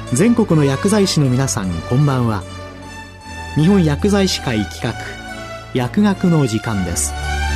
全国の薬剤師の皆さん、こんばんは。日本薬剤師会企画、薬学の時間です。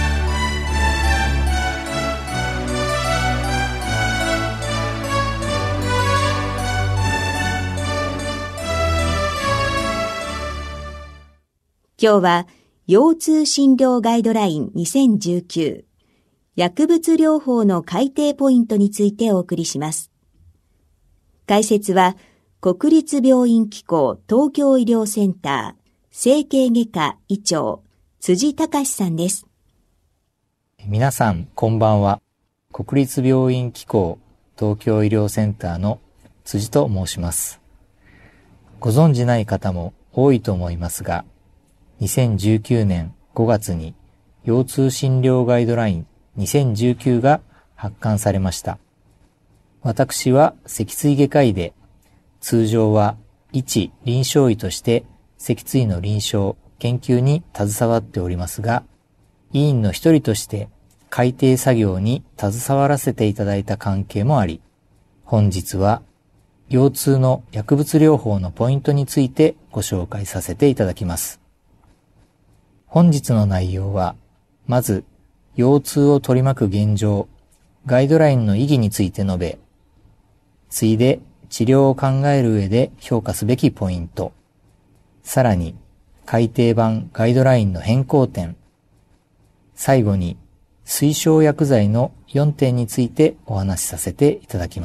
今日は腰痛診療ガイドライン2019薬物療法の改定ポイントについてお送りします。解説は国立病院機構東京医療センター整形外科医長辻隆さんです。 皆さんこんばんは。国立病院機構東京医療センターの辻と申します。ご存じない方も多いと思いますが、2019年5月に腰痛診療ガイドライン2019が発刊されました。私は脊椎外科医で、通常は一臨床医として脊椎の臨床研究に携わっておりますが、委員の一人として改定作業に携わらせていただいた関係もあり、本日は腰痛の薬物療法のポイントについてご紹介させていただきます。本日の内容は、まず腰痛を取り巻く現状、ガイドラインの意義について述べ、次いで治療を考える上で評価すべきポイント、さらに改訂版ガイドラインの変更点、最後に推奨薬剤の4点についてお話しさせていただきます。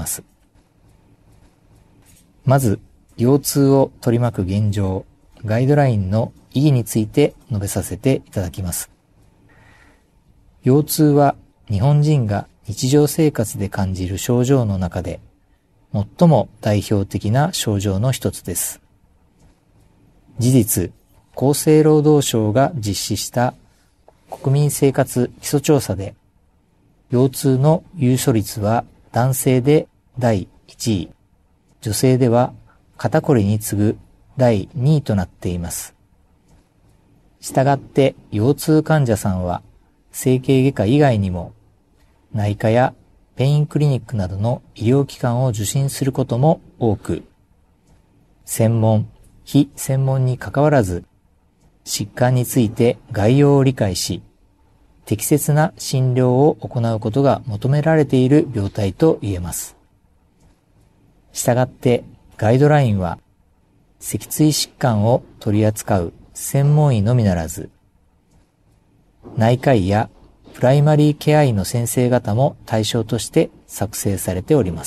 まず、腰痛を取り巻く現状、ガイドラインの意義について述べさせていただきます。腰痛は日本人が日常生活で感じる症状の中で最も代表的な症状の一つです。事実、厚生労働省が実施した国民生活基礎調査で、腰痛の有処率は男性で第1位、女性では肩こりに次ぐ第2位となっています。したがって腰痛患者さんは整形外科以外にも内科やペインクリニックなどの医療機関を受診することも多く、専門、非専門に関わらず疾患について概要を理解し、適切な診療を行うことが求められている病態と言えます。したがってガイドラインは脊椎疾患を取り扱う専門医のみならず、内科医やプライマリーケア医の先生方も対象として作成されております。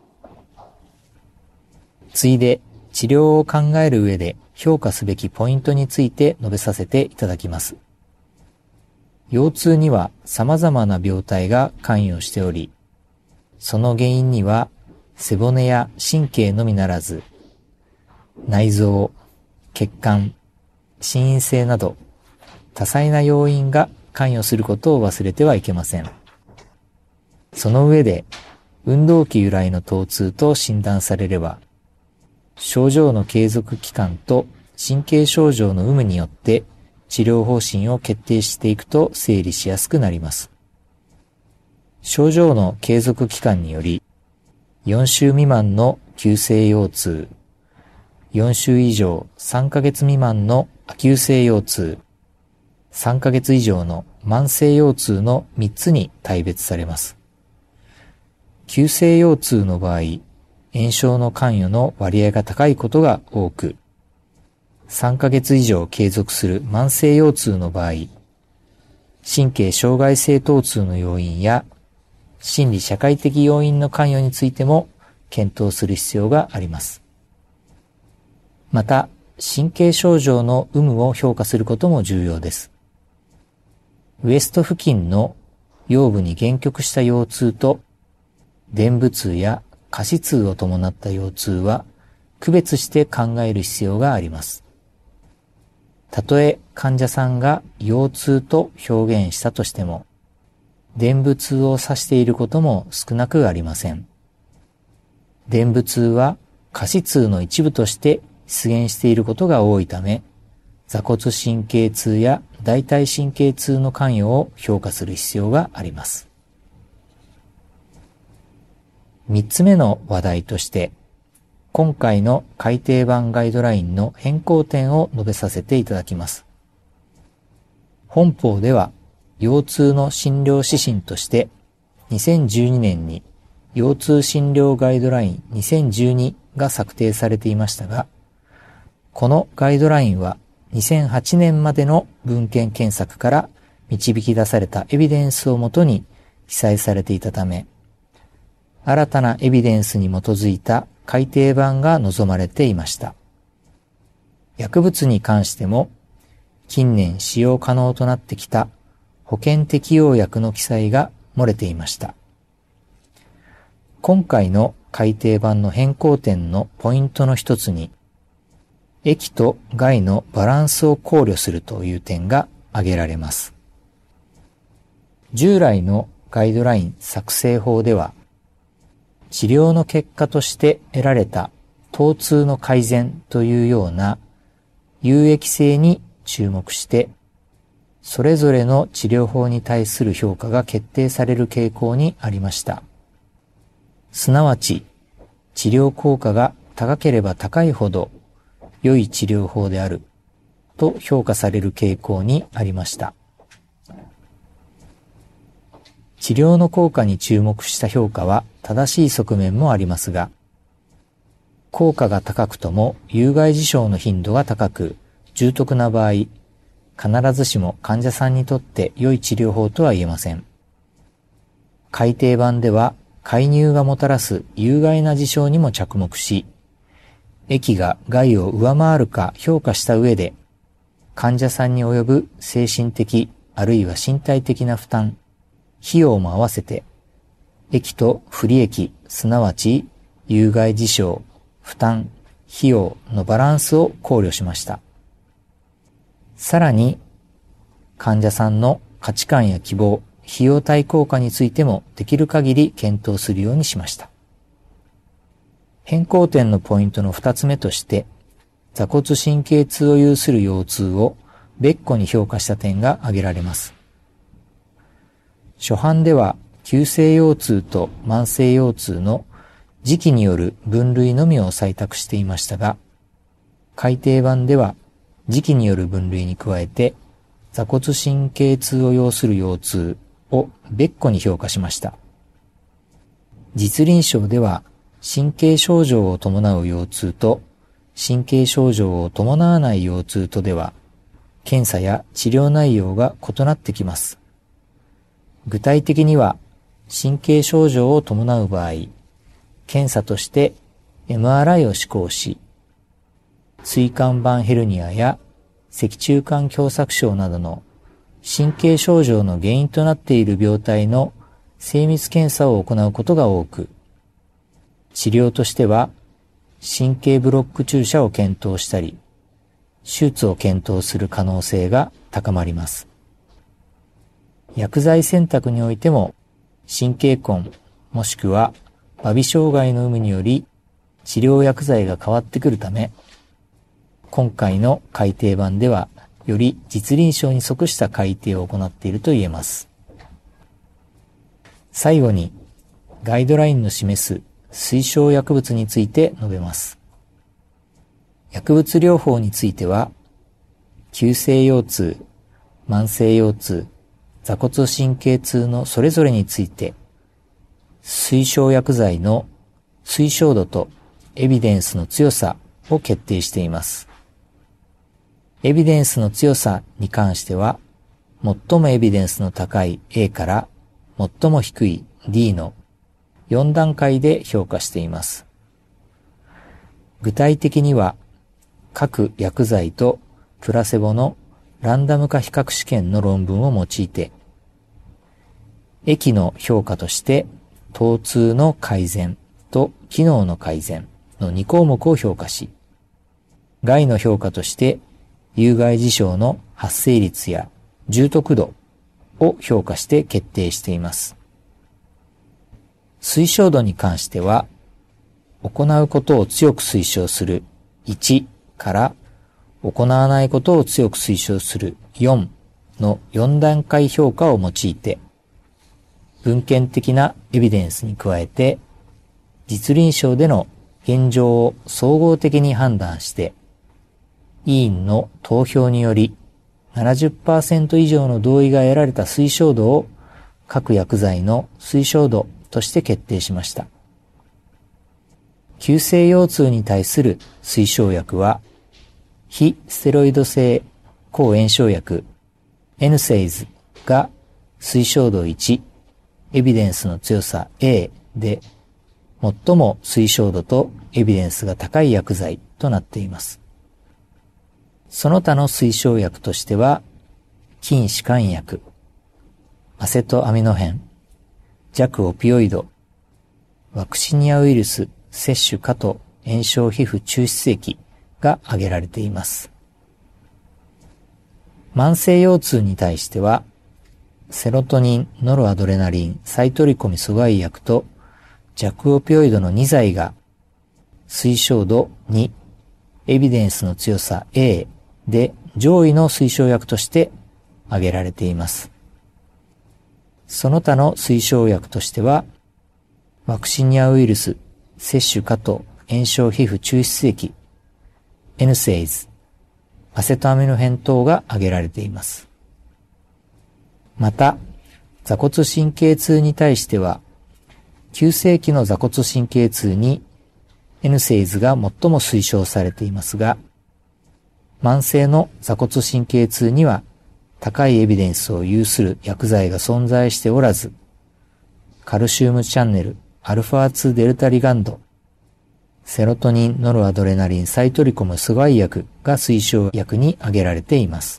次いで治療を考える上で評価すべきポイントについて述べさせていただきます。腰痛には様々な病態が関与しており、その原因には背骨や神経のみならず、内臓、血管、心因性など多彩な要因が関与することを忘れてはいけません。その上で、運動器由来の疼痛と診断されれば、症状の継続期間と神経症状の有無によって治療方針を決定していくと整理しやすくなります。症状の継続期間により、4週未満の急性腰痛、4週以上3ヶ月未満の亜急性腰痛、3ヶ月以上の慢性腰痛の3つに大別されます。急性腰痛の場合、炎症の関与の割合が高いことが多く、3ヶ月以上継続する慢性腰痛の場合、神経障害性疼痛の要因や心理社会的要因の関与についても検討する必要があります。また、神経症状の有無を評価することも重要です。ウエスト付近の腰部に限局した腰痛と、電部痛や下肢痛を伴った腰痛は、区別して考える必要があります。たとえ患者さんが腰痛と表現したとしても、電部痛を指していることも少なくありません。電部痛は下肢痛の一部として出現していることが多いため、座骨神経痛や大腿神経痛の関与を評価する必要があります。3つ目の話題として、 今回の改訂版ガイドラインの変更点を述べさせていただきます。本法では、腰痛の診療指針として、2012年に腰痛診療ガイドライン2012が策定されていましたが、このガイドラインは2008年までの文献検索から導き出されたエビデンスをもとに記載されていたため、新たなエビデンスに基づいた改訂版が望まれていました。薬物に関しても、近年使用可能となってきた保険適用薬の記載が漏れていました。今回の改訂版の変更点のポイントの一つに、液と害のバランスを考慮するという点が挙げられます。従来のガイドライン作成法では、治療の結果として得られた疼痛の改善というような有益性に注目して、それぞれの治療法に対する評価が決定される傾向にありました。すなわち、治療効果が高ければ高いほど良い治療法であると評価される傾向にありました。治療の効果に注目した評価は正しい側面もありますが、効果が高くとも有害事象の頻度が高く、重篤な場合、必ずしも患者さんにとって良い治療法とは言えません。改訂版では、介入がもたらす有害な事象にも着目し、液が害を上回るか評価した上で、患者さんに及ぶ精神的あるいは身体的な負担、費用も合わせて、益と不利益、すなわち有害事象、負担、費用のバランスを考慮しました。さらに、患者さんの価値観や希望、費用対効果についてもできる限り検討するようにしました。変更点のポイントの2つ目として、座骨神経痛を有する腰痛を別個に評価した点が挙げられます。初版では急性腰痛と慢性腰痛の時期による分類のみを採択していましたが、改訂版では時期による分類に加えて座骨神経痛を要する腰痛を別個に評価しました。実臨床では神経症状を伴う腰痛と神経症状を伴わない腰痛とでは検査や治療内容が異なってきます。具体的には、神経症状を伴う場合、検査として MRI を施行し、椎間板ヘルニアや脊柱管狭窄症などの神経症状の原因となっている病態の精密検査を行うことが多く、治療としては神経ブロック注射を検討したり、手術を検討する可能性が高まります。薬剤選択においても神経根もしくは馬尾障害の有無により治療薬剤が変わってくるため、今回の改訂版ではより実臨床に即した改訂を行っていると言えます。最後にガイドラインの示す推奨薬物について述べます。薬物療法については、急性腰痛、慢性腰痛、座骨神経痛のそれぞれについて、推奨薬剤の推奨度とエビデンスの強さを決定しています。エビデンスの強さに関しては、最もエビデンスの高い A から最も低い D の4段階で評価しています。具体的には、各薬剤とプラセボのランダム化比較試験の論文を用いて、液の評価として疼痛の改善と機能の改善の2項目を評価し、害の評価として有害事象の発生率や重篤度を評価して決定しています。推奨度に関しては、行うことを強く推奨する1から行わないことを強く推奨する4の4段階評価を用いて、文献的なエビデンスに加えて、実臨床での現状を総合的に判断して、委員の投票により 70% 以上の同意が得られた推奨度を各薬剤の推奨度として決定しました。急性腰痛に対する推奨薬は、非ステロイド性抗炎症薬 NSAIDs が推奨度1、エビデンスの強さ A で、最も推奨度とエビデンスが高い薬剤となっています。その他の推奨薬としては、筋弛緩薬、アセトアミノフェン、弱オピオイド、ワクシニアウイルス摂取過と炎症皮膚抽出液が挙げられています。慢性腰痛に対しては、セロトニン、ノルアドレナリン、再取り込み阻害薬と弱オピオイドの2剤が推奨度2、エビデンスの強さ A で上位の推奨薬として挙げられています。その他の推奨薬としては、ワクシニアウイルス摂取過と炎症皮膚抽出液、NSAIDs、アセトアミノフェン等が挙げられています。また、座骨神経痛に対しては、急性期の座骨神経痛に NSAIDs が最も推奨されていますが、慢性の座骨神経痛には高いエビデンスを有する薬剤が存在しておらず、カルシウムチャンネル、α2 デルタリガンド、セロトニン、ノルアドレナリン、再取り込む阻害薬が推奨薬に挙げられています。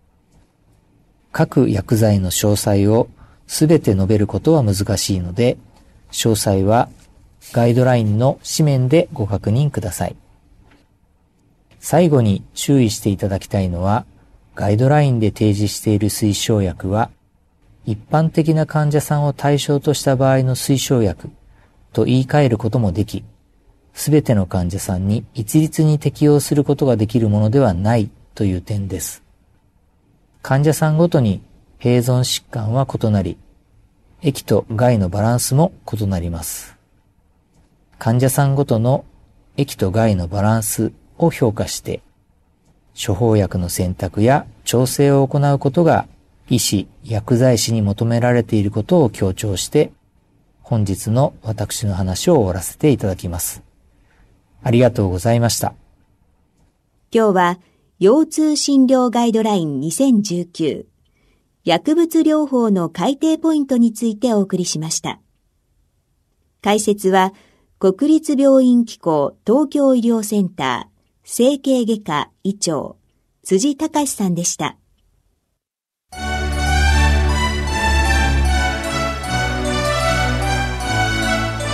各薬剤の詳細をすべて述べることは難しいので、詳細はガイドラインの紙面でご確認ください。最後に注意していただきたいのは、ガイドラインで提示している推奨薬は、一般的な患者さんを対象とした場合の推奨薬と言い換えることもでき、すべての患者さんに一律に適用することができるものではないという点です。患者さんごとに併存疾患は異なり、液と害のバランスも異なります。患者さんごとの液と害のバランスを評価して、処方薬の選択や調整を行うことが医師・薬剤師に求められていることを強調して、本日の私の話を終わらせていただきます。ありがとうございました。 今日は腰痛診療ガイドライン2019薬物療法の改定ポイントについてお送りしました。解説は国立病院機構東京医療センター整形外科医長辻隆さんでした。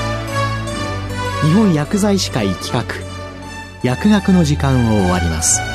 日本薬剤師会企画薬学の時間を終わります。